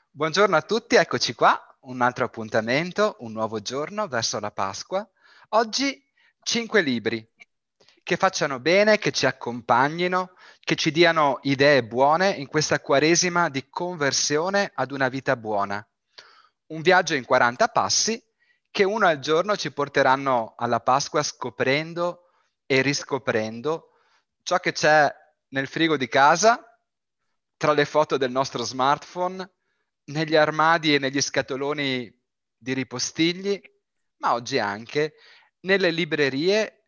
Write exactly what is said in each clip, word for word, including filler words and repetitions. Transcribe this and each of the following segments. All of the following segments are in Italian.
Buongiorno a tutti, eccoci qua, un altro appuntamento, un nuovo giorno verso la Pasqua. Oggi cinque libri che facciano bene, che ci accompagnino, che ci diano idee buone in questa Quaresima di conversione ad una vita buona. Un viaggio in quaranta passi che uno al giorno ci porteranno alla Pasqua scoprendo e riscoprendo ciò che c'è nel frigo di casa, tra le foto del nostro smartphone, negli armadi e negli scatoloni di ripostigli, ma oggi anche nelle librerie,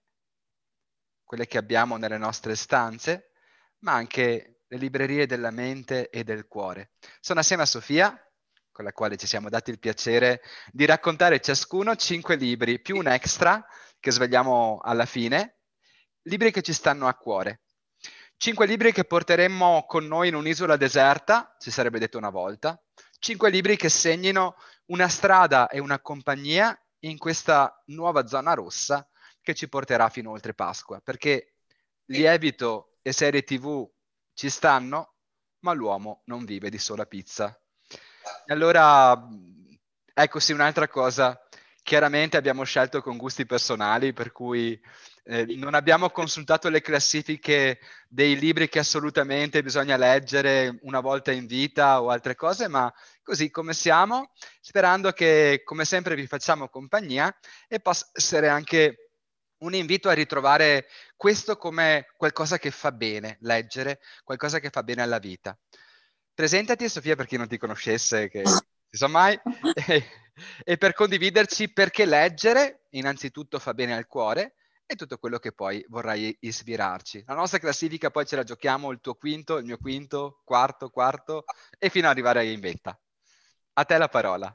quelle che abbiamo nelle nostre stanze, ma anche le librerie della mente e del cuore. Sono assieme a Sofia, con la quale ci siamo dati il piacere di raccontare ciascuno cinque libri, più un extra che svegliamo alla fine, libri che ci stanno a cuore. Cinque libri che porteremmo con noi in un'isola deserta, si sarebbe detto una volta. Cinque libri che segnino una strada e una compagnia in questa nuova zona rossa che ci porterà fino oltre Pasqua, perché lievito e serie tivù ci stanno, ma l'uomo non vive di sola pizza. E allora, ecco sì, un'altra cosa, chiaramente abbiamo scelto con gusti personali, per cui eh, non abbiamo consultato le classifiche dei libri che assolutamente bisogna leggere una volta in vita o altre cose, ma così come siamo, sperando che come sempre vi facciamo compagnia e possa essere anche un invito a ritrovare questo come qualcosa che fa bene, leggere, qualcosa che fa bene alla vita. Presentati, Sofia, per chi non ti conoscesse, che non si sa mai, e, e per condividerci perché leggere innanzitutto fa bene al cuore e tutto quello che poi vorrai ispirarci. La nostra classifica poi ce la giochiamo, il tuo quinto, il mio quinto, quarto, quarto e fino ad arrivare in vetta. A te la parola.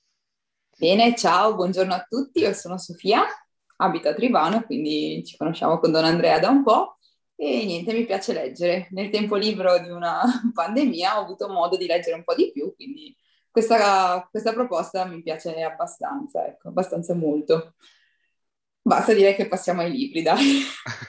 Bene, ciao, buongiorno a tutti, io sono Sofia, abito a Trivano, quindi ci conosciamo con Don Andrea da un po' e niente, mi piace leggere. Nel tempo libero di una pandemia ho avuto modo di leggere un po' di più, quindi questa, questa proposta mi piace abbastanza, ecco, abbastanza molto. Basta dire che passiamo ai libri, dai.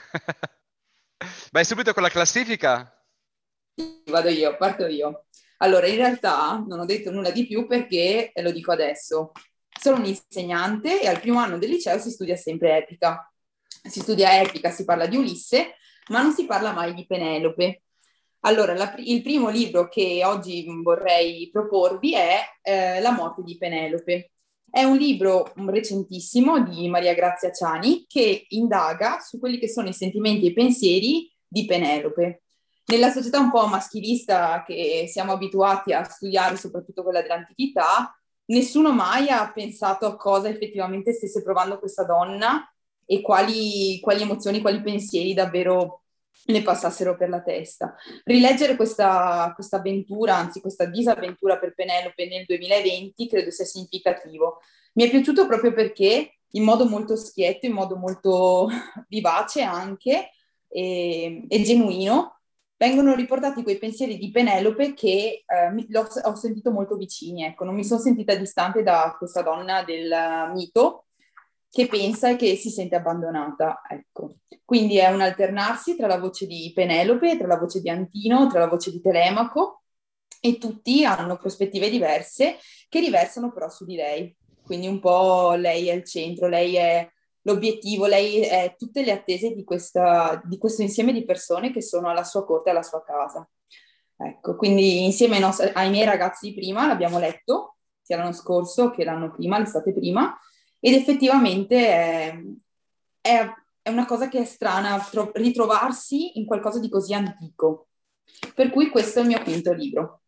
Vai subito con la classifica? Vado io, parto io. Allora, in realtà non ho detto nulla di più perché eh, lo dico adesso. Sono un insegnante e al primo anno del liceo si studia sempre epica. Si studia epica, si parla di Ulisse, ma non si parla mai di Penelope. Allora, la- il primo libro che oggi vorrei proporvi è eh, La morte di Penelope. È un libro recentissimo di Maria Grazia Ciani che indaga su quelli che sono i sentimenti e i pensieri di Penelope. Nella società un po' maschilista che siamo abituati a studiare, soprattutto quella dell'antichità, nessuno mai ha pensato a cosa effettivamente stesse provando questa donna e quali, quali emozioni, quali pensieri davvero le passassero per la testa. Rileggere questa, questa avventura, anzi questa disavventura per Penelope nel duemilaventi credo sia significativo. Mi è piaciuto proprio perché in modo molto schietto, in modo molto vivace anche e, e genuino, vengono riportati quei pensieri di Penelope che eh, mi, l'ho, ho sentito molto vicini, ecco, non mi sono sentita distante da questa donna del mito che pensa e che si sente abbandonata, ecco. Quindi è un alternarsi tra la voce di Penelope, tra la voce di Antino, tra la voce di Telemaco e tutti hanno prospettive diverse che riversano però su di lei. Quindi un po' lei è il centro, lei è l'obiettivo, lei è tutte le attese di, questa, di questo insieme di persone che sono alla sua corte e alla sua casa. Ecco, quindi insieme ai, nostri, ai miei ragazzi di prima l'abbiamo letto, sia l'anno scorso che l'anno prima, l'estate prima, ed effettivamente è, è, è una cosa che è strana tro- ritrovarsi in qualcosa di così antico. Per cui questo è il mio quinto libro.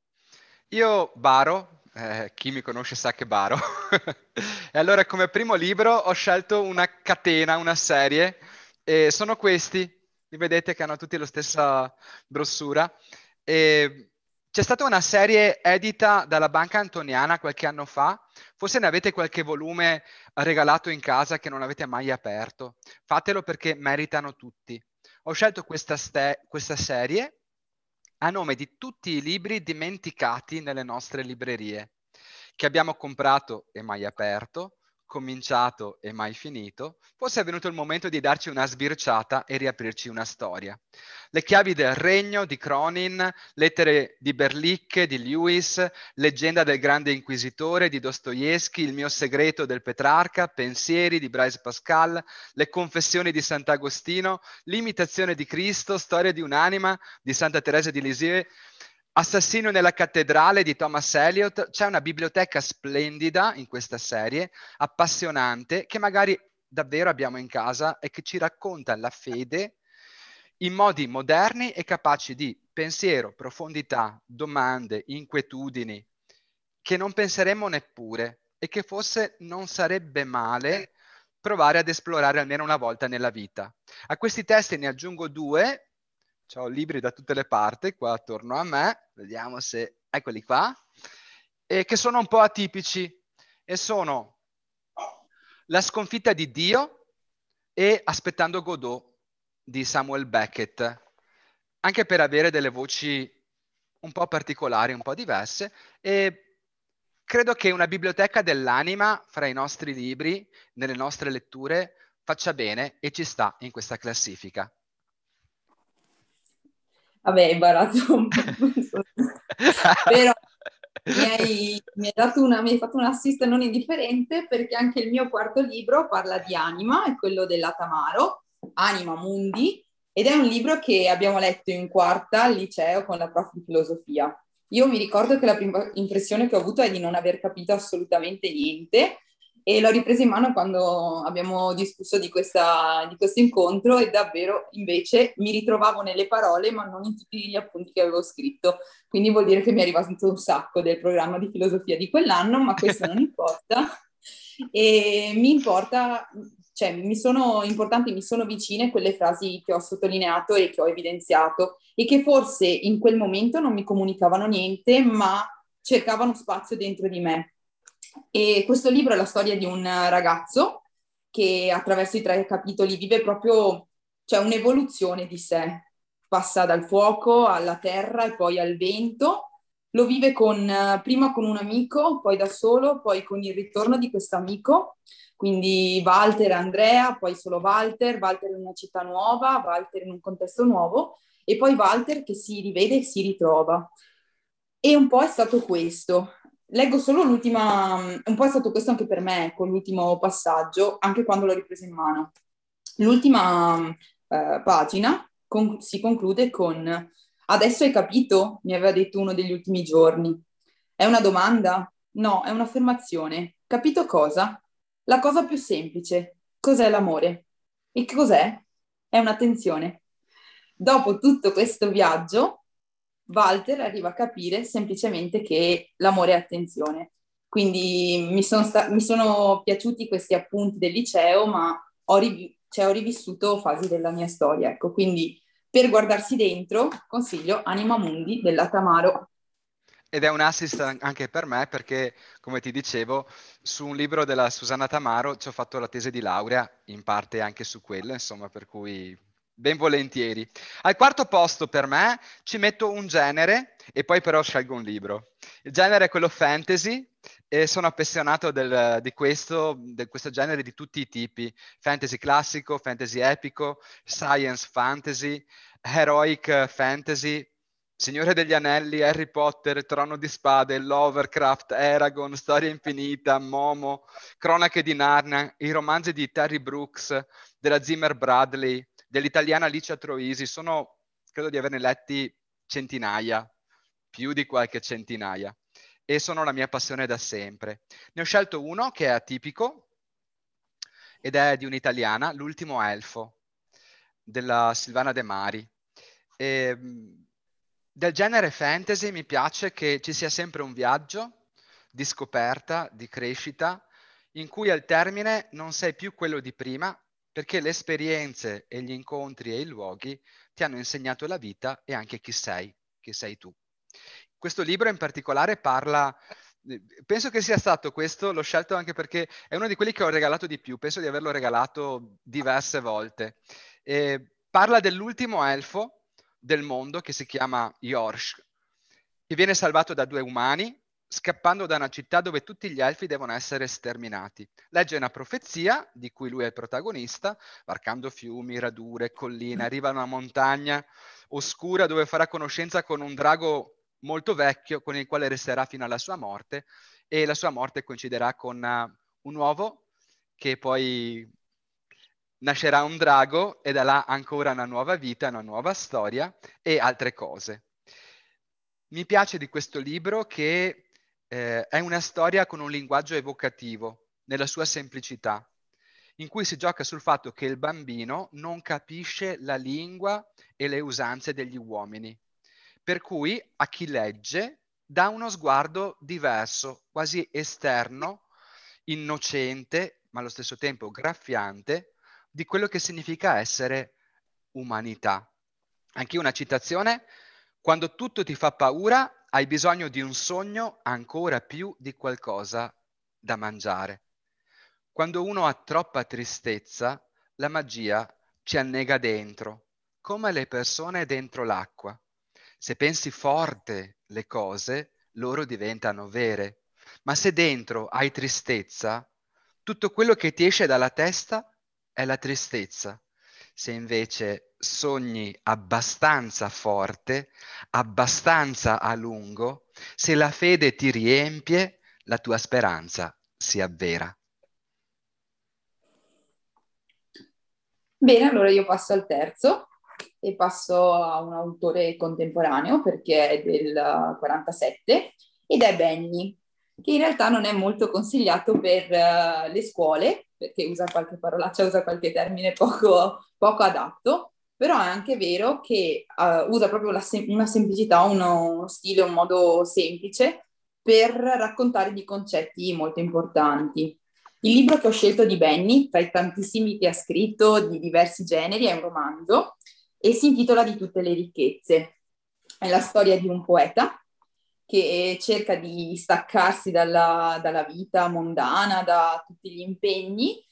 Io baro, eh, chi mi conosce sa che baro. E allora come primo libro ho scelto una catena, una serie, e sono questi, li vedete che hanno tutti la stessa brossura. E c'è stata una serie edita dalla Banca Antoniana qualche anno fa, forse ne avete qualche volume regalato in casa che non avete mai aperto. Fatelo perché meritano tutti. Ho scelto questa, ste- questa serie a nome di tutti i libri dimenticati nelle nostre librerie, che abbiamo comprato e mai aperto, cominciato e mai finito, forse è venuto il momento di darci una sbirciata e riaprirci una storia. Le chiavi del regno di Cronin, lettere di Berlicche, di Lewis, leggenda del grande inquisitore di Dostoevsky, il mio segreto del Petrarca, pensieri di Blaise Pascal, le confessioni di Sant'Agostino, l'imitazione di Cristo, storia di un'anima di Santa Teresa di Lisieux, Assassino nella cattedrale di Thomas Eliot. C'è una biblioteca splendida in questa serie, appassionante, che magari davvero abbiamo in casa e che ci racconta la fede in modi moderni e capaci di pensiero, profondità, domande, inquietudini, che non penseremmo neppure e che forse non sarebbe male provare ad esplorare almeno una volta nella vita. A questi testi ne aggiungo due. Ho libri da tutte le parti qua attorno a me, vediamo se, eccoli qua, e che sono un po' atipici e sono La sconfitta di Dio e Aspettando Godot di Samuel Beckett, anche per avere delle voci un po' particolari, un po' diverse, e credo che una biblioteca dell'anima fra i nostri libri, nelle nostre letture, faccia bene e ci sta in questa classifica. Vabbè, è imbarato un po', però mi hai, mi hai dato una, mi hai fatto un assist non indifferente, perché anche il mio quarto libro parla di anima, è quello della Tamaro, Anima Mundi, ed è un libro che abbiamo letto in quarta al liceo con la prof di filosofia. Io mi ricordo che la prima impressione che ho avuto è di non aver capito assolutamente niente, e l'ho ripresa in mano quando abbiamo discusso di, questa, di questo incontro, e davvero invece mi ritrovavo nelle parole ma non in tutti gli appunti che avevo scritto, quindi vuol dire che mi è arrivato un sacco del programma di filosofia di quell'anno, ma questo non importa. E mi importa, cioè mi sono importanti, mi sono vicine quelle frasi che ho sottolineato e che ho evidenziato e che forse in quel momento non mi comunicavano niente, ma cercavano spazio dentro di me. E questo libro è la storia di un ragazzo che attraverso i tre capitoli vive proprio, cioè, un'evoluzione di sé. Passa dal fuoco alla terra e poi al vento. Lo vive con, prima con un amico, poi da solo, poi con il ritorno di questo amico. Quindi Walter e Andrea, poi solo Walter, Walter in una città nuova, Walter in un contesto nuovo, e poi Walter che si rivede e si ritrova. E un po' è stato questo. Leggo solo l'ultima, un po' è stato questo anche per me, con l'ultimo passaggio, anche quando l'ho ripreso in mano. L'ultima eh, pagina con- si conclude con: adesso hai capito? Mi aveva detto uno degli ultimi giorni. È una domanda? No, è un'affermazione. Capito cosa? La cosa più semplice. Cos'è l'amore? E che cos'è? È un'attenzione. Dopo tutto questo viaggio, Walter arriva a capire semplicemente che l'amore è attenzione. Quindi mi sono, sta- mi sono piaciuti questi appunti del liceo, ma ho, rivi- cioè, ho rivissuto fasi della mia storia. Ecco, quindi per guardarsi dentro consiglio Anima Mundi della Tamaro. Ed è un assist anche per me perché, come ti dicevo, su un libro della Susanna Tamaro ci ho fatto la tesi di laurea, in parte anche su quello, insomma, per cui ben volentieri. Al quarto posto per me ci metto un genere e poi però scelgo un libro. Il genere è quello fantasy e sono appassionato del, di questo, di questo genere di tutti i tipi: fantasy classico, fantasy epico, science fantasy, heroic fantasy, Signore degli Anelli, Harry Potter, Trono di Spade, Lovecraft, Eragon, Storia Infinita, Momo, Cronache di Narnia, i romanzi di Terry Brooks, della Zimmer Bradley, dell'italiana Alicia Troisi. Sono, credo di averne letti centinaia, più di qualche centinaia, e sono la mia passione da sempre. Ne ho scelto uno che è atipico ed è di un'italiana, L'ultimo elfo, della Silvana De Mari. E, del genere fantasy mi piace che ci sia sempre un viaggio di scoperta, di crescita, in cui al termine non sei più quello di prima, perché le esperienze e gli incontri e i luoghi ti hanno insegnato la vita e anche chi sei, chi sei tu. Questo libro in particolare parla, penso che sia stato questo, l'ho scelto anche perché è uno di quelli che ho regalato di più, penso di averlo regalato diverse volte. E parla dell'ultimo elfo del mondo che si chiama Yorsh, che viene salvato da due umani scappando da una città dove tutti gli elfi devono essere sterminati. Legge una profezia di cui lui è il protagonista, varcando fiumi, radure, colline, arriva a una montagna oscura dove farà conoscenza con un drago molto vecchio con il quale resterà fino alla sua morte, e la sua morte coinciderà con uh, un uovo che poi nascerà un drago e da là ancora una nuova vita, una nuova storia e altre cose. Mi piace di questo libro che eh, è una storia con un linguaggio evocativo, nella sua semplicità, in cui si gioca sul fatto che il bambino non capisce la lingua e le usanze degli uomini, per cui a chi legge dà uno sguardo diverso, quasi esterno, innocente, ma allo stesso tempo graffiante, di quello che significa essere umanità. Anche una citazione: quando tutto ti fa paura, hai bisogno di un sogno ancora più di qualcosa da mangiare. Quando uno ha troppa tristezza, la magia ci annega dentro, come le persone dentro l'acqua. Se pensi forte le cose, loro diventano vere. Ma se dentro hai tristezza, tutto quello che ti esce dalla testa è la tristezza. Se invece sogni abbastanza forte, abbastanza a lungo, se la fede ti riempie, la tua speranza si avvera. Bene, allora io passo al terzo e passo a un autore contemporaneo perché è del quarantasette ed è Benny, che in realtà non è molto consigliato per uh, le scuole perché usa qualche parolaccia, usa qualche termine poco, poco adatto, però è anche vero che uh, usa proprio la sem- una semplicità, uno, uno stile, un modo semplice per raccontare di concetti molto importanti. Il libro che ho scelto di Benny, tra i tantissimi che ha scritto di diversi generi, è un romanzo e si intitola Di tutte le ricchezze. È la storia di un poeta che cerca di staccarsi dalla, dalla vita mondana, da tutti gli impegni.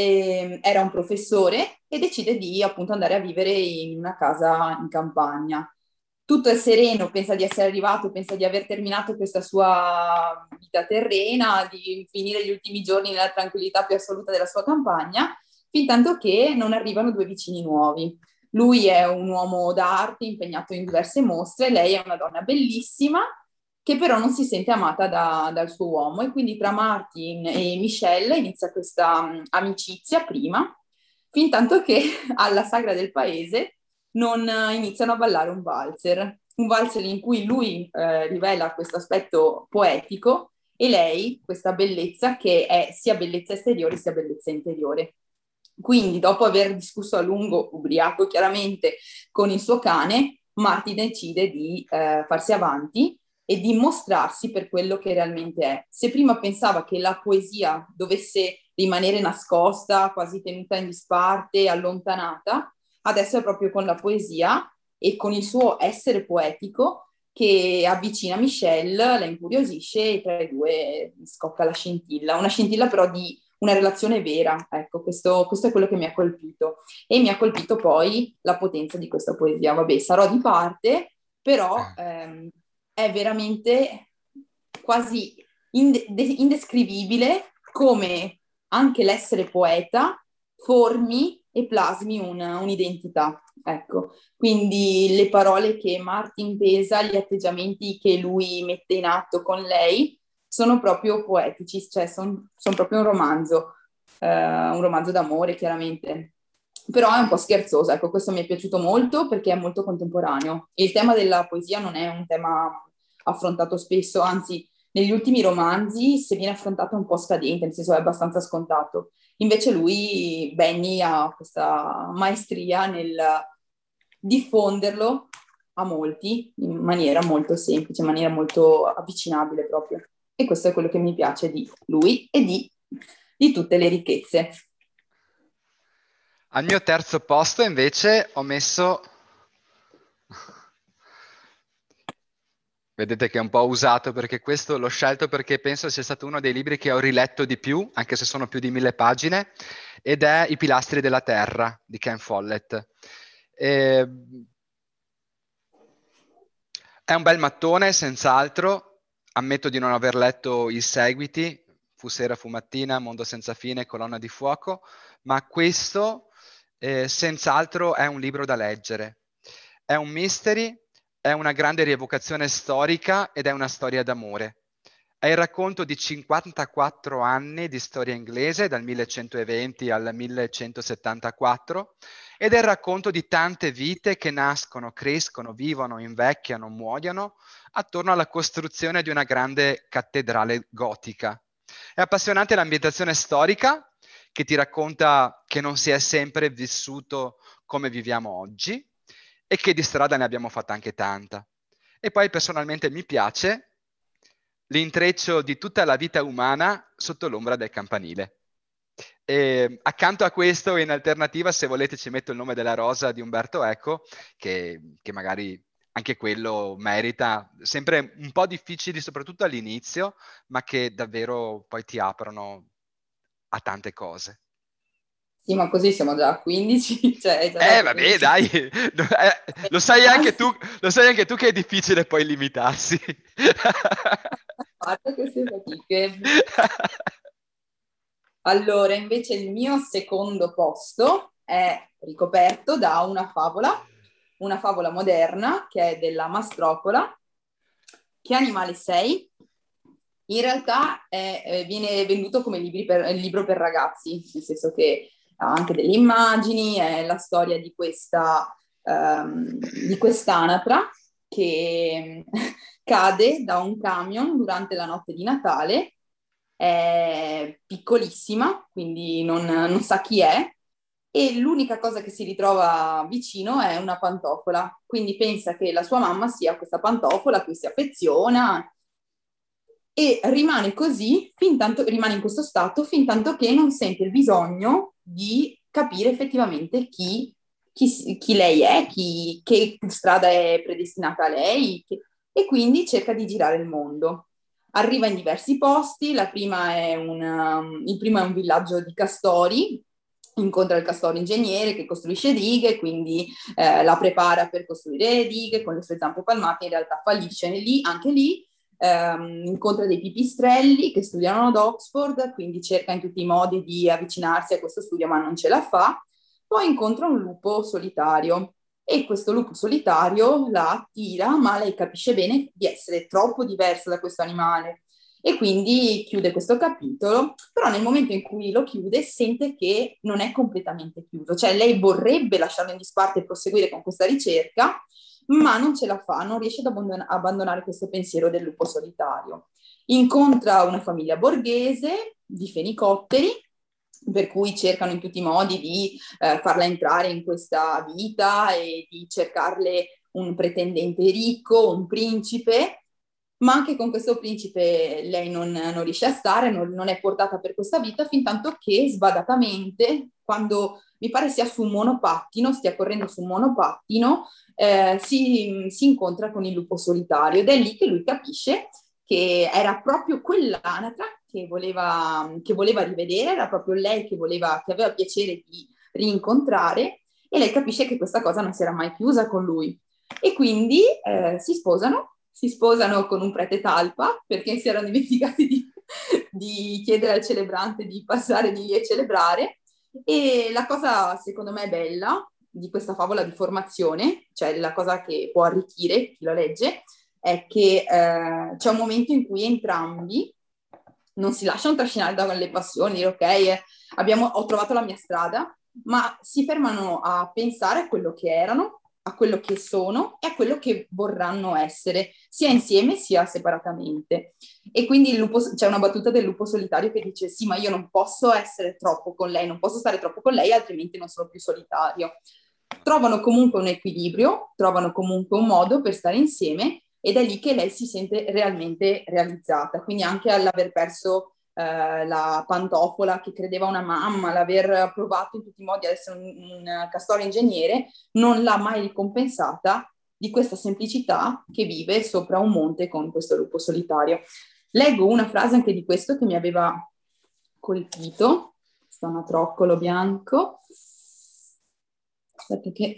E era un professore e decide di appunto andare a vivere in una casa in campagna. Tutto è sereno, pensa di essere arrivato, pensa di aver terminato questa sua vita terrena, di finire gli ultimi giorni nella tranquillità più assoluta della sua campagna, fin tanto che non arrivano due vicini nuovi. Lui è un uomo d'arte impegnato in diverse mostre, lei è una donna bellissima che però non si sente amata da, dal suo uomo, e quindi tra Martin e Michelle inizia questa um, amicizia prima, fin tanto che alla sagra del paese non uh, iniziano a ballare un valzer, un valzer in cui lui eh, rivela questo aspetto poetico e lei questa bellezza che è sia bellezza esteriore sia bellezza interiore. Quindi, dopo aver discusso a lungo, ubriaco chiaramente, con il suo cane, Marty decide di eh, farsi avanti e di mostrarsi per quello che realmente è. Se prima pensava che la poesia dovesse rimanere nascosta, quasi tenuta in disparte, allontanata, adesso è proprio con la poesia e con il suo essere poetico che avvicina Michelle, la incuriosisce e tra i due scocca la scintilla. Una scintilla però di una relazione vera, ecco, questo, questo è quello che mi ha colpito. E mi ha colpito poi la potenza di questa poesia. Vabbè, sarò di parte, però ehm, è veramente quasi inde- indescrivibile come anche l'essere poeta formi e plasmi una, un'identità. Ecco, quindi le parole che Martin pesa, gli atteggiamenti che lui mette in atto con lei, sono proprio poetici, cioè sono son proprio un romanzo, eh, un romanzo d'amore chiaramente, però è un po' scherzoso, ecco, questo mi è piaciuto molto perché è molto contemporaneo. Il tema della poesia non è un tema affrontato spesso, anzi negli ultimi romanzi se viene affrontato è un po' scadente, nel senso è abbastanza scontato. Invece lui, Benny, ha questa maestria nel diffonderlo a molti in maniera molto semplice, in maniera molto avvicinabile proprio. E questo è quello che mi piace di lui e di, di tutte le ricchezze. Al mio terzo posto invece ho messo, vedete che è un po' usato perché questo l'ho scelto perché penso sia stato uno dei libri che ho riletto di più, anche se sono più di mille pagine, ed è I pilastri della terra di Ken Follett. E... È un bel mattone, senz'altro, ammetto di non aver letto i seguiti, Fu sera, fu mattina, Mondo senza fine, Colonna di fuoco, ma questo eh, senz'altro è un libro da leggere. È un mystery, è una grande rievocazione storica ed è una storia d'amore. È il racconto di cinquantaquattro anni di storia inglese, dal millecentoventi al millecentosettantaquattro, ed è il racconto di tante vite che nascono, crescono, vivono, invecchiano, muoiono attorno alla costruzione di una grande cattedrale gotica. È appassionante l'ambientazione storica, che ti racconta che non si è sempre vissuto come viviamo oggi e che di strada ne abbiamo fatta anche tanta. E poi personalmente mi piace l'intreccio di tutta la vita umana sotto l'ombra del campanile. E accanto a questo, in alternativa, se volete, ci metto il nome della rosa di Umberto Eco, che, che magari anche quello merita, sempre un po' difficili, soprattutto all'inizio, ma che davvero poi ti aprono a tante cose. Sì, ma così siamo già a quindici, cioè è già Eh, dato vabbè, quindici. dai, eh, lo sai anche tu, lo sai anche tu che è difficile poi limitarsi. Fate queste fatiche. Allora, invece il mio secondo posto è ricoperto da una favola, una favola moderna che è della Mastrocola. Che animale sei? In realtà è, eh, viene venduto come libri per, libro per ragazzi, nel senso che ha anche delle immagini, è la storia di questa, ehm, di quest'anatra che cade da un camion durante la notte di Natale, è piccolissima, quindi non, non sa chi è, e l'unica cosa che si ritrova vicino è una pantofola. Quindi pensa che la sua mamma sia questa pantofola a cui si affeziona e rimane così, fin tanto, rimane in questo stato fin tanto che non sente il bisogno di capire effettivamente chi, chi, chi lei è, chi, che strada è predestinata a lei, che, e quindi cerca di girare il mondo. Arriva in diversi posti, la prima è un, um, il primo è un villaggio di castori, incontra il castoro ingegnere che costruisce dighe, quindi eh, la prepara per costruire dighe con le sue zampe palmate, in realtà fallisce lì, anche lì, ehm, incontra dei pipistrelli che studiano ad Oxford, quindi cerca in tutti i modi di avvicinarsi a questo studio ma non ce la fa, poi incontra un lupo solitario e questo lupo solitario la attira, ma lei capisce bene di essere troppo diversa da questo animale e quindi chiude questo capitolo, però nel momento in cui lo chiude sente che non è completamente chiuso, cioè lei vorrebbe lasciarlo in disparte e proseguire con questa ricerca, ma non ce la fa, non riesce ad abbandon- abbandonare questo pensiero del lupo solitario. Incontra una famiglia borghese di fenicotteri, per cui cercano in tutti i modi di eh, farla entrare in questa vita e di cercarle un pretendente ricco, un principe, ma anche con questo principe lei non, non riesce a stare, non, non è portata per questa vita, fin tanto che sbadatamente, quando mi pare sia su un monopattino, stia correndo su un monopattino, eh, si, si incontra con il lupo solitario ed è lì che lui capisce che era proprio quell'anatra che voleva, che voleva rivedere, era proprio lei che, voleva, che aveva piacere di rincontrare e lei capisce che questa cosa non si era mai chiusa con lui. E quindi eh, si sposano, si sposano con un prete talpa perché si erano dimenticati di, di chiedere al celebrante di passare di lì e celebrare. E la cosa secondo me bella di questa favola di formazione, cioè la cosa che può arricchire chi la legge, è che eh, c'è un momento in cui entrambi non si lasciano trascinare dalle passioni, dire ok, abbiamo, ho trovato la mia strada, ma si fermano a pensare a quello che erano, a quello che sono e a quello che vorranno essere, sia insieme sia separatamente. E quindi il lupo, c'è una battuta del lupo solitario che dice sì, ma io non posso essere troppo con lei, non posso stare troppo con lei, altrimenti non sono più solitario. Trovano comunque un equilibrio, trovano comunque un modo per stare insieme ed è lì che lei si sente realmente realizzata. Quindi anche all'aver perso eh, la pantofola che credeva una mamma, l'aver provato in tutti i modi ad essere un, un castoro ingegnere, non l'ha mai ricompensata di questa semplicità che vive sopra un monte con questo lupo solitario. Leggo una frase anche di questo che mi aveva colpito, sta un troccolo bianco. Aspetta che...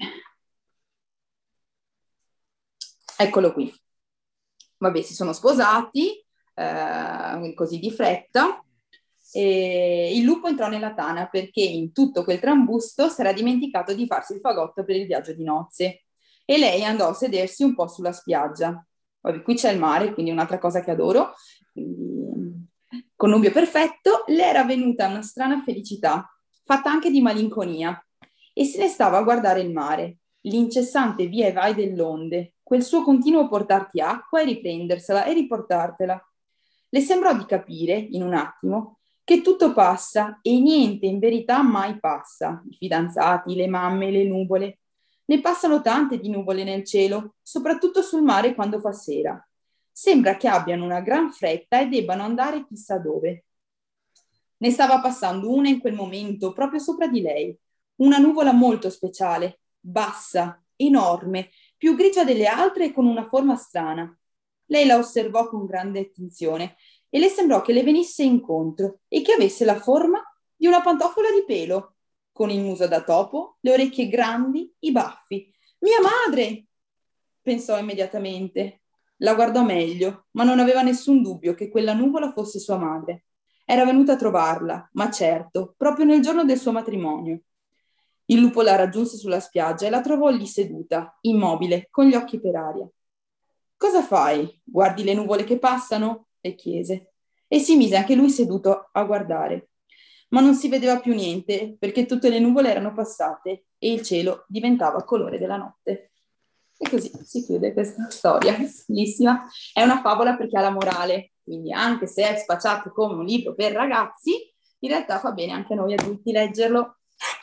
Eccolo qui. Vabbè, si sono sposati, eh, così di fretta. E il lupo entrò nella tana perché in tutto quel trambusto si era dimenticato di farsi il fagotto per il viaggio di nozze e lei andò a sedersi un po' sulla spiaggia. Vabbè, qui c'è il mare, quindi è un'altra cosa che adoro. Quindi, connubio perfetto, le era venuta una strana felicità, fatta anche di malinconia, e se ne stava a guardare il mare, l'incessante via e vai dell'onde, quel suo continuo portarti acqua e riprendersela e riportartela. Le sembrò di capire, in un attimo, che tutto passa e niente in verità mai passa. I fidanzati, le mamme, le nuvole. Ne passano tante di nuvole nel cielo, soprattutto sul mare quando fa sera. Sembra che abbiano una gran fretta e debbano andare chissà dove. Ne stava passando una in quel momento, proprio sopra di lei. Una nuvola molto speciale, bassa, enorme, più grigia delle altre e con una forma strana. Lei la osservò con grande attenzione e le sembrò che le venisse incontro e che avesse la forma di una pantofola di pelo, con il muso da topo, le orecchie grandi, i baffi. Mia madre! Pensò immediatamente. La guardò meglio, ma non aveva nessun dubbio che quella nuvola fosse sua madre. Era venuta a trovarla, ma certo, proprio nel giorno del suo matrimonio. Il lupo la raggiunse sulla spiaggia e la trovò lì seduta, immobile, con gli occhi per aria. «Cosa fai? Guardi le nuvole che passano?» le chiese. E si mise anche lui seduto a guardare. Ma non si vedeva più niente, perché tutte le nuvole erano passate e il cielo diventava colore della notte. E così si chiude questa storia, bellissima. È una favola perché ha la morale, quindi anche se è spacciato come un libro per ragazzi, in realtà fa bene anche a noi adulti leggerlo.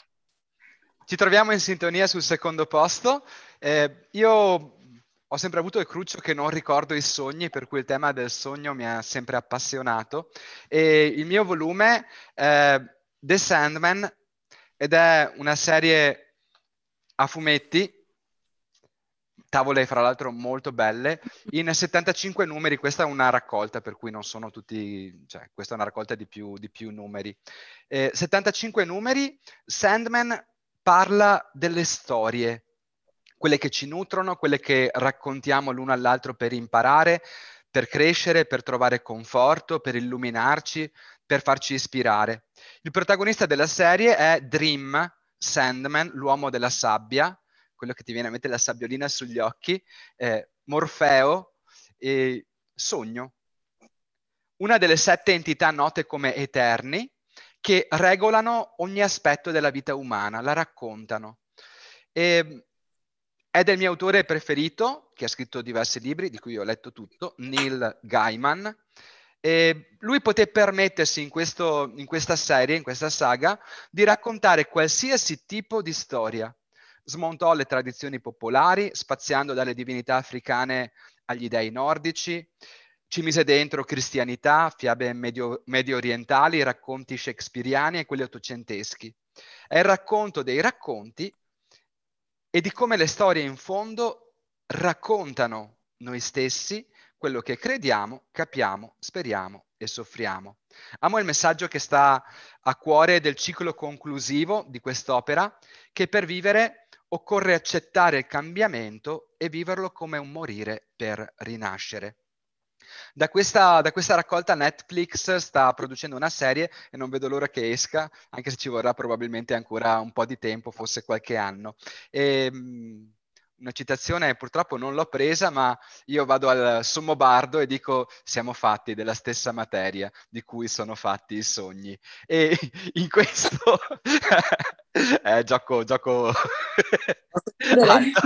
Ci troviamo in sintonia sul secondo posto. Eh, io ho sempre avuto il cruccio che non ricordo i sogni, per cui il tema del sogno mi ha sempre appassionato. E il mio volume è The Sandman, ed è una serie a fumetti, tavole fra l'altro molto belle, in settantacinque numeri. Questa è una raccolta, per cui non sono tutti, cioè questa è una raccolta di più, di più numeri. Eh, settantacinque numeri. Sandman parla delle storie, quelle che ci nutrono, quelle che raccontiamo l'uno all'altro per imparare, per crescere, per trovare conforto, per illuminarci, per farci ispirare. Il protagonista della serie è Dream Sandman, l'uomo della sabbia, quello che ti viene a mettere la sabbiolina sugli occhi, eh, Morfeo e Sogno, una delle sette entità note come Eterni, che regolano ogni aspetto della vita umana, la raccontano. E è del mio autore preferito, che ha scritto diversi libri, di cui ho letto tutto, Neil Gaiman. E lui poté permettersi in, questo, in questa serie, in questa saga, di raccontare qualsiasi tipo di storia. Smontò le tradizioni popolari, spaziando dalle divinità africane agli dei nordici, ci mise dentro cristianità, fiabe medio, medio orientali, racconti shakespeariani e quelli ottocenteschi. È il racconto dei racconti e di come le storie in fondo raccontano noi stessi, quello che crediamo, capiamo, speriamo e soffriamo. Amo il messaggio che sta a cuore del ciclo conclusivo di quest'opera, che per vivere occorre accettare il cambiamento e viverlo come un morire per rinascere. Da questa, da questa raccolta Netflix sta producendo una serie e non vedo l'ora che esca, anche se ci vorrà probabilmente ancora un po' di tempo, forse qualche anno. E, mh, una citazione purtroppo non l'ho presa, ma io vado al sommo bardo e dico: siamo fatti della stessa materia di cui sono fatti i sogni. E in questo eh, gioco, gioco alto.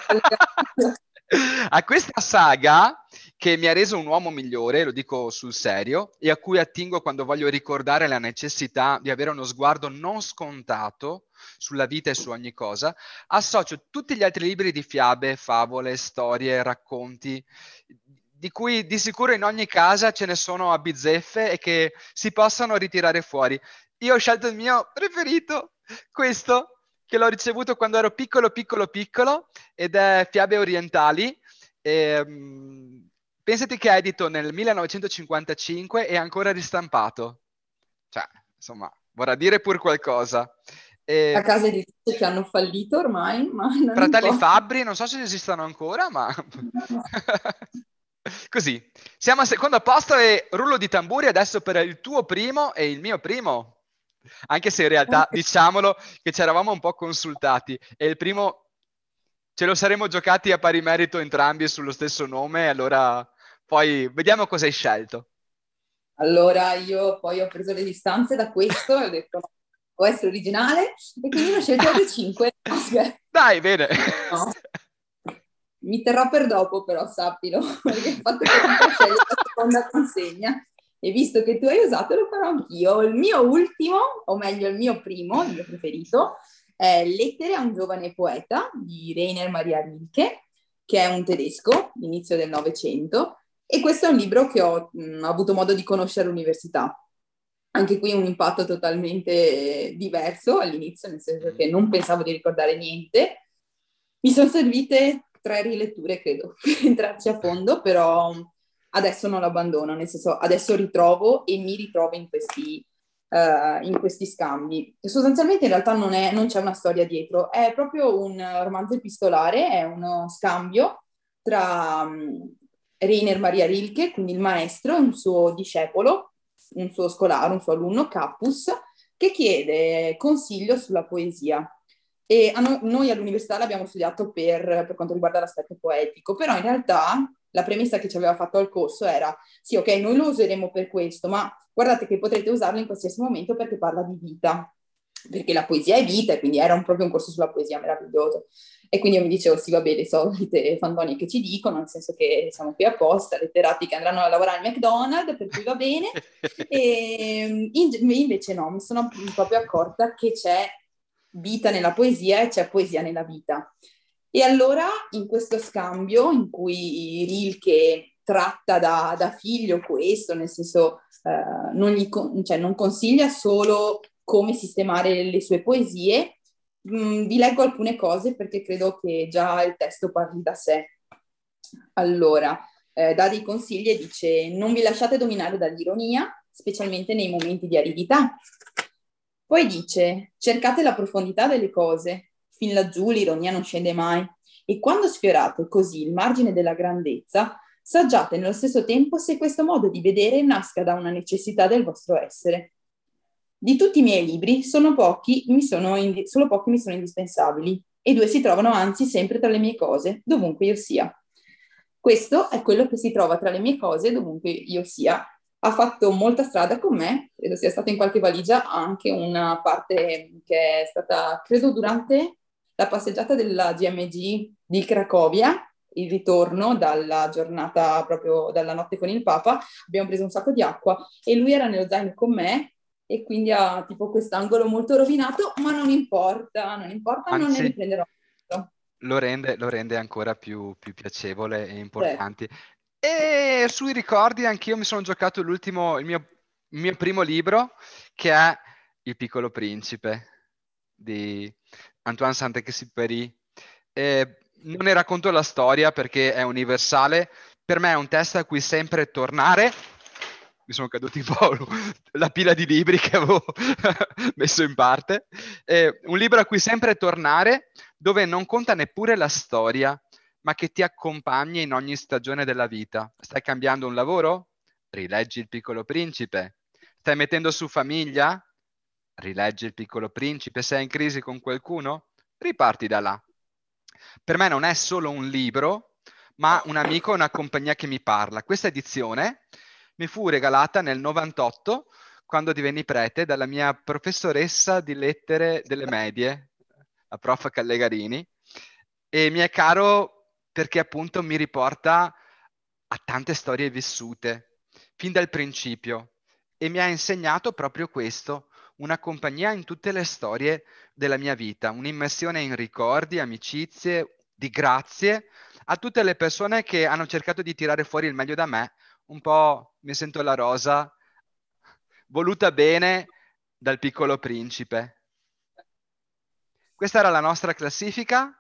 A questa saga, che mi ha reso un uomo migliore, lo dico sul serio, e a cui attingo quando voglio ricordare la necessità di avere uno sguardo non scontato sulla vita e su ogni cosa, associo tutti gli altri libri di fiabe, favole, storie, racconti, di cui di sicuro in ogni casa ce ne sono a bizzeffe e che si possano ritirare fuori. Io ho scelto il mio preferito, questo, che l'ho ricevuto quando ero piccolo, piccolo, piccolo, ed è Fiabe Orientali. E, um, pensate che è edito nel millenovecentocinquantacinque e ancora ristampato. Cioè, insomma, vorrà dire pur qualcosa. A E casa editrici che hanno fallito ormai, ma non Fratelli importa. Fabbri, non so se esistono ancora, ma Così, siamo al secondo posto e rullo di tamburi adesso per il tuo primo e il mio primo. Anche se in realtà, diciamolo, che ci eravamo un po' consultati e il primo ce lo saremmo giocati a pari merito entrambi sullo stesso nome, allora poi vediamo cosa hai scelto. Allora io poi ho preso le distanze da questo e ho detto no, può essere originale e quindi ne ho scelto altri cinque. Dai, bene. No. Mi terrò per dopo però, sappilo, perché ho fatto fatica a scegliere la seconda consegna e visto che tu hai usato lo farò anch'io. Il mio ultimo, o meglio il mio primo, il mio preferito, è Lettere a un giovane poeta di Rainer Maria Rilke, che è un tedesco, inizio del Novecento, e questo è un libro che ho mh, avuto modo di conoscere all'università. Anche qui un impatto totalmente diverso all'inizio, nel senso che non pensavo di ricordare niente. Mi sono servite tre riletture, credo, per entrarci a fondo, però adesso non lo abbandono, nel senso adesso ritrovo e mi ritrovo in questi, uh, in questi scambi. Sostanzialmente in realtà non, è, non c'è una storia dietro, è proprio un romanzo epistolare, è uno scambio tra um, Rainer Maria Rilke, quindi il maestro, e un suo discepolo, un suo scolaro, un suo alunno, Capus, che chiede consiglio sulla poesia. E a noi all'università l'abbiamo studiato per, per quanto riguarda l'aspetto poetico, però in realtà la premessa che ci aveva fatto al corso era sì, ok, noi lo useremo per questo, ma guardate che potrete usarlo in qualsiasi momento perché parla di vita, perché la poesia è vita e quindi era un, proprio un corso sulla poesia meraviglioso. E quindi io mi dicevo, sì, va bene, le solite fandonie che ci dicono, nel senso che siamo qui apposta, letterati che andranno a lavorare al McDonald's, per cui va bene. E invece no, mi sono proprio accorta che c'è vita nella poesia e c'è poesia nella vita. E allora in questo scambio in cui Rilke tratta da, da figlio questo, nel senso eh, non, gli, cioè, non consiglia solo come sistemare le sue poesie, mh, vi leggo alcune cose perché credo che già il testo parli da sé. Allora, eh, dà dei consigli e dice non vi lasciate dominare dall'ironia, specialmente nei momenti di aridità. Poi dice cercate la profondità delle cose, fin laggiù l'ironia non scende mai e quando sfiorate così il margine della grandezza, saggiate nello stesso tempo se questo modo di vedere nasca da una necessità del vostro essere. Di tutti i miei libri, sono pochi, mi sono indi- solo pochi mi sono indispensabili e due si trovano anzi sempre tra le mie cose, dovunque io sia. Questo è quello che si trova tra le mie cose, dovunque io sia. Ha fatto molta strada con me, credo sia stata in qualche valigia anche una parte che è stata, credo, durante la passeggiata della G M G di Cracovia, il ritorno dalla giornata proprio dalla notte con il Papa, abbiamo preso un sacco di acqua e lui era nello zaino con me e quindi ha tipo quest'angolo molto rovinato, ma non importa, non importa, non ne Anzi, riprenderò. lo rende, lo rende ancora più, più piacevole e Cioè, importante. E sui ricordi anch'io mi sono giocato l'ultimo, il mio, il mio primo libro, che è Il Piccolo Principe di Antoine Saint-Exupéry. E non ne racconto la storia perché è universale. Per me è un testo a cui sempre tornare. Mi sono caduti un po' la pila di libri che avevo messo in parte. È un libro a cui sempre tornare, dove non conta neppure la storia, ma che ti accompagna in ogni stagione della vita. Stai cambiando un lavoro? Rileggi Il Piccolo Principe. Stai mettendo su famiglia? Rileggi Il Piccolo Principe. Sei in crisi con qualcuno? Riparti da là. Per me non è solo un libro, ma un amico e una compagnia che mi parla. Questa edizione mi fu regalata nel novantotto, quando divenni prete, dalla mia professoressa di lettere delle medie, la prof Callegarini, e mi è caro perché appunto mi riporta a tante storie vissute, fin dal principio, e mi ha insegnato proprio questo, una compagnia in tutte le storie della mia vita, un'immersione in ricordi, amicizie, di grazie a tutte le persone che hanno cercato di tirare fuori il meglio da me. Un po' mi sento la rosa, voluta bene dal Piccolo Principe. Questa era la nostra classifica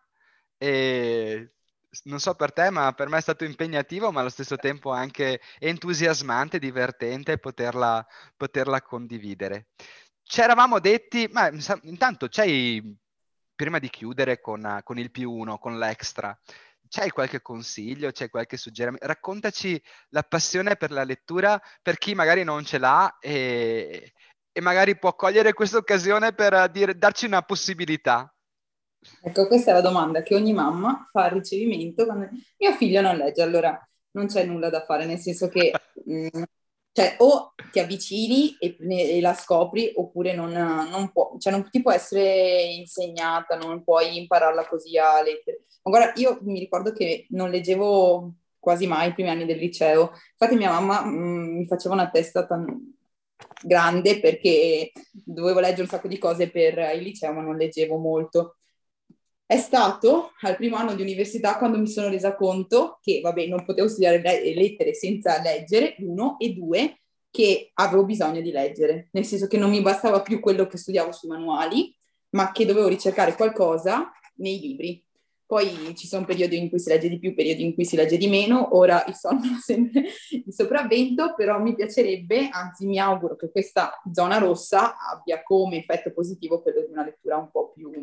e non so per te, ma per me è stato impegnativo, ma allo stesso tempo anche entusiasmante, divertente poterla, poterla condividere. Ci eravamo detti, ma intanto c'hai, prima di chiudere con, con il più uno, con l'extra, c'hai qualche consiglio, c'hai qualche suggerimento? Raccontaci la passione per la lettura per chi magari non ce l'ha e, e magari può cogliere questa occasione per dire, darci una possibilità. Ecco, questa è la domanda che ogni mamma fa al ricevimento quando mio figlio non legge, allora non c'è nulla da fare, nel senso che mh, cioè, o ti avvicini e, ne- e la scopri, oppure non, non può, cioè non ti può essere insegnata, non puoi impararla così a lettere. Ma guarda, io mi ricordo che non leggevo quasi mai i primi anni del liceo, infatti mia mamma mh, mi faceva una testa tan- grande perché dovevo leggere un sacco di cose per il liceo, ma non leggevo molto. È stato al primo anno di università quando mi sono resa conto che, vabbè, non potevo studiare le- lettere senza leggere, uno, e due, che avevo bisogno di leggere, nel senso che non mi bastava più quello che studiavo sui manuali, ma che dovevo ricercare qualcosa nei libri. Poi ci sono periodi in cui si legge di più, periodi in cui si legge di meno, ora il sonno ha sempre il sopravvento, però mi piacerebbe, anzi mi auguro che questa zona rossa abbia come effetto positivo quello di una lettura un po' più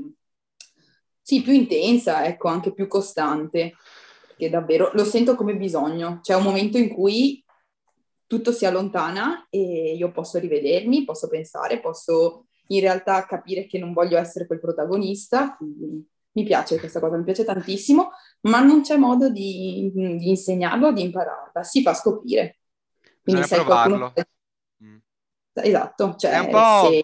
sì, più intensa, ecco, anche più costante, perché davvero lo sento come bisogno. C'è un momento in cui tutto si allontana e io posso rivedermi, posso pensare, posso in realtà capire che non voglio essere quel protagonista, quindi mi piace questa cosa, mi piace tantissimo, ma non c'è modo di, di insegnarlo, di impararla, si fa scoprire. Quindi Bisogna sai qualcuno provarlo. che... Mm. Esatto, È un cioè se... po',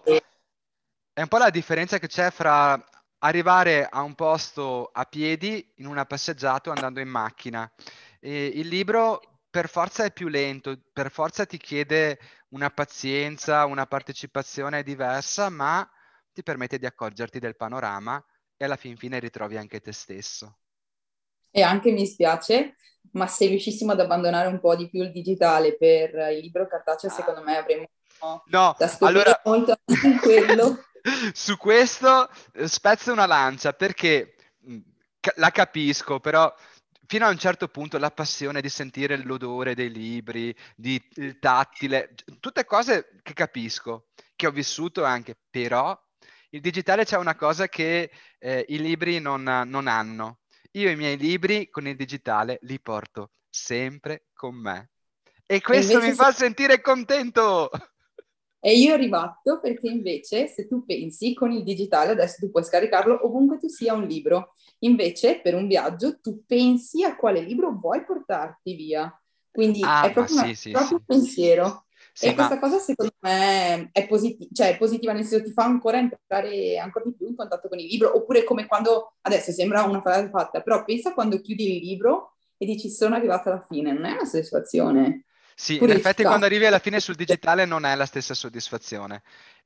è un po' la differenza che c'è fra arrivare a un posto a piedi in una passeggiata o andando in macchina. E il libro per forza è più lento, per forza ti chiede una pazienza, una partecipazione diversa, ma ti permette di accorgerti del panorama e alla fin fine ritrovi anche te stesso. E anche mi spiace, ma se riuscissimo ad abbandonare un po' di più il digitale per il libro cartaceo, Ah. secondo me avremmo No, da allora scoprire molto anche in quello. su questo eh, spezzo una lancia perché mh, ca- la capisco, però fino a un certo punto la passione di sentire l'odore dei libri, di, il tattile, tutte cose che capisco, che ho vissuto anche, però il digitale c'è una cosa che eh, i libri non, non hanno. Io i miei libri con il digitale li porto sempre con me. E E questo invece mi se fa sentire contento. E io ribatto perché invece se tu pensi con il digitale adesso tu puoi scaricarlo ovunque tu sia un libro, invece per un viaggio tu pensi a quale libro vuoi portarti via, quindi Ah, è ma proprio, una- sì, sì, proprio sì. un pensiero Sì, e ma questa cosa secondo me è, posit- cioè, è positiva nel senso ti fa ancora entrare ancora di più in contatto con il libro oppure come quando, adesso sembra una frase fatta, però pensa quando chiudi il libro e dici sono arrivata alla fine, non è una soddisfazione sì, in pure il effetti quando cazzo. arrivi alla fine sul digitale non è la stessa soddisfazione.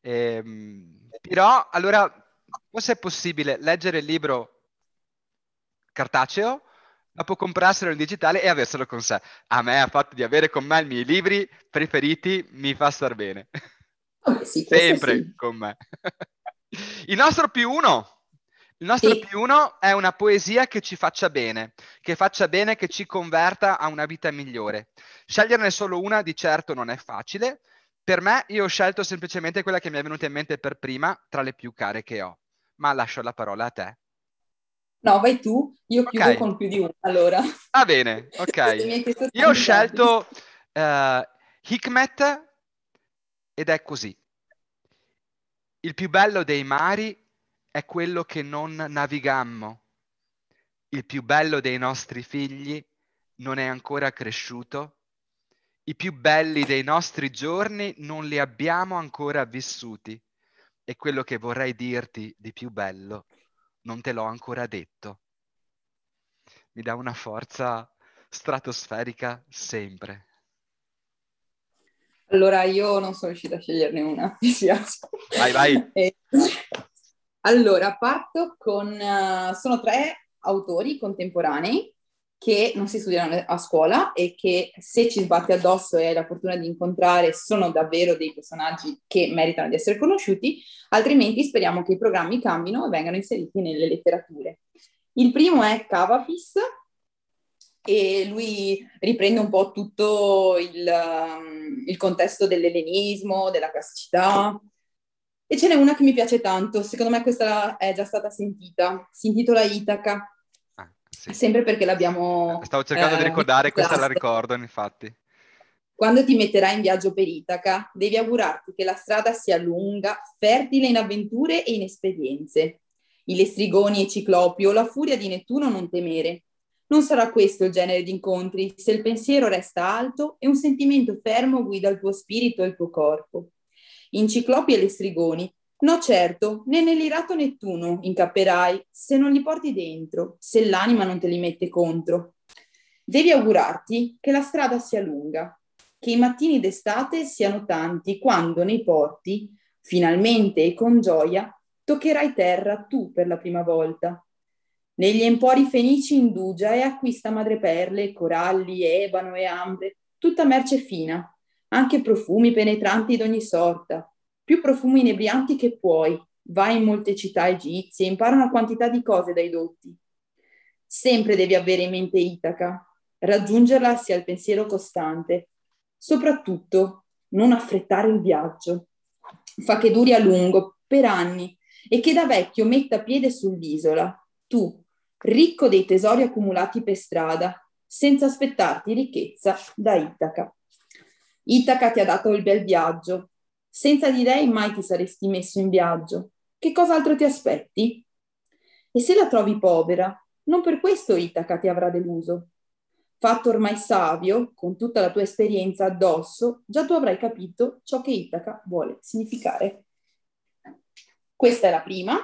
Ehm, però, allora, forse è possibile leggere il libro cartaceo, dopo comprarselo in digitale e averselo con sé. A me, a fatto di avere con me i miei libri preferiti, mi fa star bene. Vabbè, sì, questo Sempre sì. con me. Il nostro più uno. Il nostro Sì. più uno è una poesia che ci faccia bene, che faccia bene, che ci converta a una vita migliore. Sceglierne solo una di certo non è facile. Per me, io ho scelto semplicemente quella che mi è venuta in mente per prima tra le più care che ho. Ma lascio la parola a te. No, vai tu, io Ok, chiudo con più di uno, allora. va bene, Perché ok. mi hai chiesto Io ho tanti tanti. scelto eh, Hikmet ed è così. Il più bello dei mari è quello che non navigammo. Il più bello dei nostri figli non è ancora cresciuto. I più belli dei nostri giorni non li abbiamo ancora vissuti. E quello che vorrei dirti di più bello non te l'ho ancora detto. Mi dà una forza stratosferica sempre. Allora, io non sono riuscita a sceglierne una, mi spiace. Vai, vai. E- Allora, parto con... eh, sono tre autori contemporanei che non si studiano a scuola e che se ci sbatti addosso e hai la fortuna di incontrare sono davvero dei personaggi che meritano di essere conosciuti, altrimenti speriamo che i programmi cambino e vengano inseriti nelle letterature. Il primo è Cavafis e lui riprende un po' tutto il, um, il contesto dell'ellenismo, della classicità. E ce n'è una che mi piace tanto, secondo me questa è già stata sentita, si intitola Itaca. Ah, sì. sempre perché l'abbiamo Stavo cercando di eh, vista in ricordare, questa la classe. ricordo, infatti. Quando ti metterai in viaggio per Itaca, devi augurarti che la strada sia lunga, fertile in avventure e in esperienze. I lestrigoni e i ciclopi o la furia di Nettuno non temere. Non sarà questo il genere di incontri se il pensiero resta alto e un sentimento fermo guida il tuo spirito e il tuo corpo. In ciclopi e lestrigoni, no certo, né nell'irato Nettuno incapperai se non li porti dentro, se l'anima non te li mette contro. Devi augurarti che la strada sia lunga, che i mattini d'estate siano tanti quando nei porti, finalmente e con gioia, toccherai terra tu per la prima volta. Negli empori fenici indugia e acquista madreperle, coralli, ebano e ambre, tutta merce fina, anche profumi penetranti d'ogni sorta, più profumi inebrianti che puoi. Vai in molte città egizie, impara una quantità di cose dai dotti. Sempre devi avere in mente Itaca, raggiungerla sia il pensiero costante. Soprattutto, non affrettare il viaggio. Fa che duri a lungo, per anni, e che da vecchio metta piede sull'isola. Tu, ricco dei tesori accumulati per strada, senza aspettarti ricchezza da Itaca. Itaca ti ha dato il bel viaggio. Senza di lei mai ti saresti messo in viaggio. Che cos'altro ti aspetti? E se la trovi povera, non per questo Itaca ti avrà deluso. Fatto ormai savio, con tutta la tua esperienza addosso, già tu avrai capito ciò che Itaca vuole significare. Questa è la prima,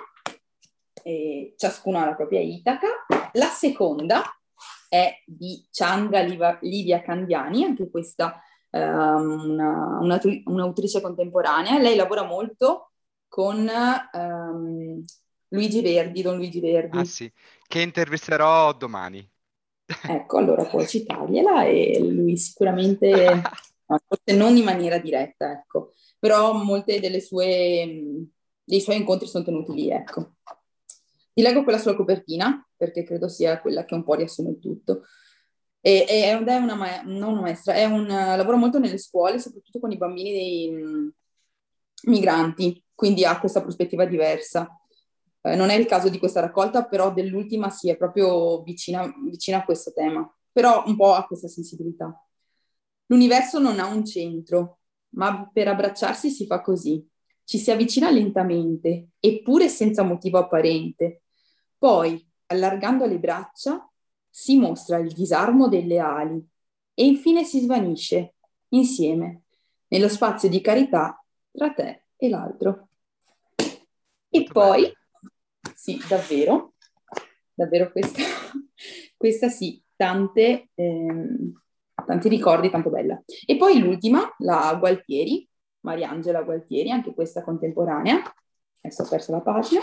e ciascuno ha la propria Itaca. La seconda è di Chandra Liva, Livia Candiani, anche questa eh, una, una, un'autrice contemporanea. Lei lavora molto con um, Luigi Verdi, Don Luigi Verdi. Ah sì, che intervisterò domani. Ecco, allora puoi citargliela e lui sicuramente, no, forse non in maniera diretta, ecco, però molte delle sue, dei suoi incontri sono tenuti lì, ecco. Ti leggo quella sulla copertina, perché credo sia quella che un po' riassume il tutto. E, e è una, ma- non una maestra, è un, lavora molto nelle scuole, soprattutto con i bambini dei mh, migranti, quindi ha questa prospettiva diversa. Eh, non è il caso di questa raccolta, però dell'ultima sì, è proprio vicina, vicina a questo tema, però un po' ha questa sensibilità. L'universo non ha un centro, ma per abbracciarsi si fa così. Ci si avvicina lentamente, eppure senza motivo apparente. Poi, allargando le braccia, si mostra il disarmo delle ali e infine si svanisce, insieme, nello spazio di carità tra te e l'altro. E Molto poi, belle. sì, davvero, davvero questa, questa sì, tante, ehm, tanti ricordi, tanto bella. E poi l'ultima, la Gualtieri, Mariangela Gualtieri, anche questa contemporanea. Adesso ho perso la pagina.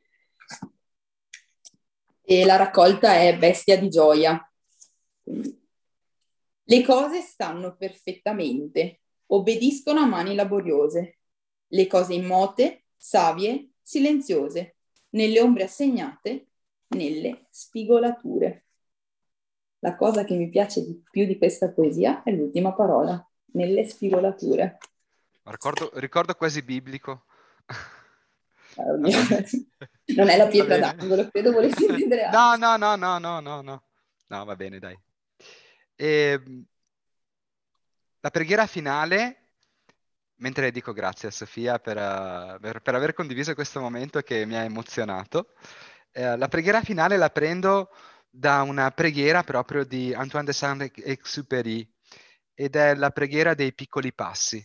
E la raccolta è Bestia di gioia. Quindi, le cose stanno perfettamente, obbediscono a mani laboriose. Le cose immote, savie, silenziose, nelle ombre assegnate, nelle spigolature. La cosa che mi piace di più di questa poesia è l'ultima parola, nelle spigolature. Ricordo, ricordo quasi biblico. Va Oddio, bene. non è la Va pietra bene. d'angolo, credo volessi intendere No, altro. no, no, no, no, no, no. No, va bene, dai. E, la preghiera finale, mentre dico grazie a Sofia per, eh, per- per aver condiviso questo momento che mi ha emozionato, eh, la preghiera finale la prendo da una preghiera proprio di Antoine de Saint-Exupéry ed è la preghiera dei piccoli passi.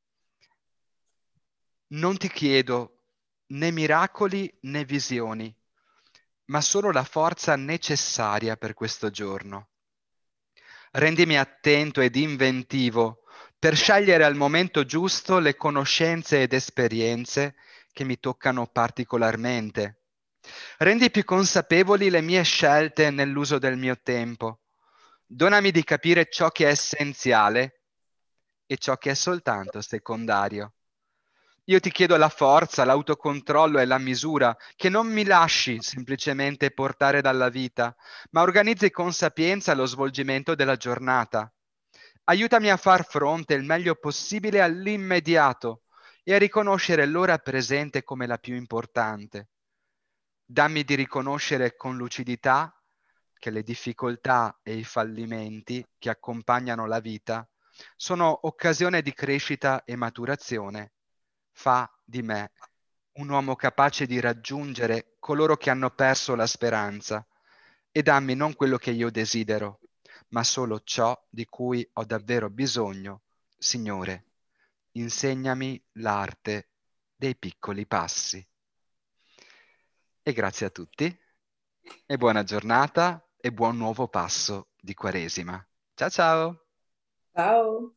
Non ti chiedo né miracoli né visioni, ma solo la forza necessaria per questo giorno. Rendimi attento ed inventivo per scegliere al momento giusto le conoscenze ed esperienze che mi toccano particolarmente. Rendi più consapevoli le mie scelte nell'uso del mio tempo. Donami di capire ciò che è essenziale e ciò che è soltanto secondario. Io ti chiedo la forza, l'autocontrollo e la misura, che non mi lasci semplicemente portare dalla vita, ma organizzi con sapienza lo svolgimento della giornata. Aiutami a far fronte il meglio possibile all'immediato e a riconoscere l'ora presente come la più importante. Dammi di riconoscere con lucidità che le difficoltà e i fallimenti che accompagnano la vita sono occasione di crescita e maturazione, fa di me un uomo capace di raggiungere coloro che hanno perso la speranza e dammi non quello che io desidero, ma solo ciò di cui ho davvero bisogno, Signore. Insegnami l'arte dei piccoli passi. E grazie a tutti, e buona giornata e buon nuovo passo di Quaresima. Ciao ciao! Ciao!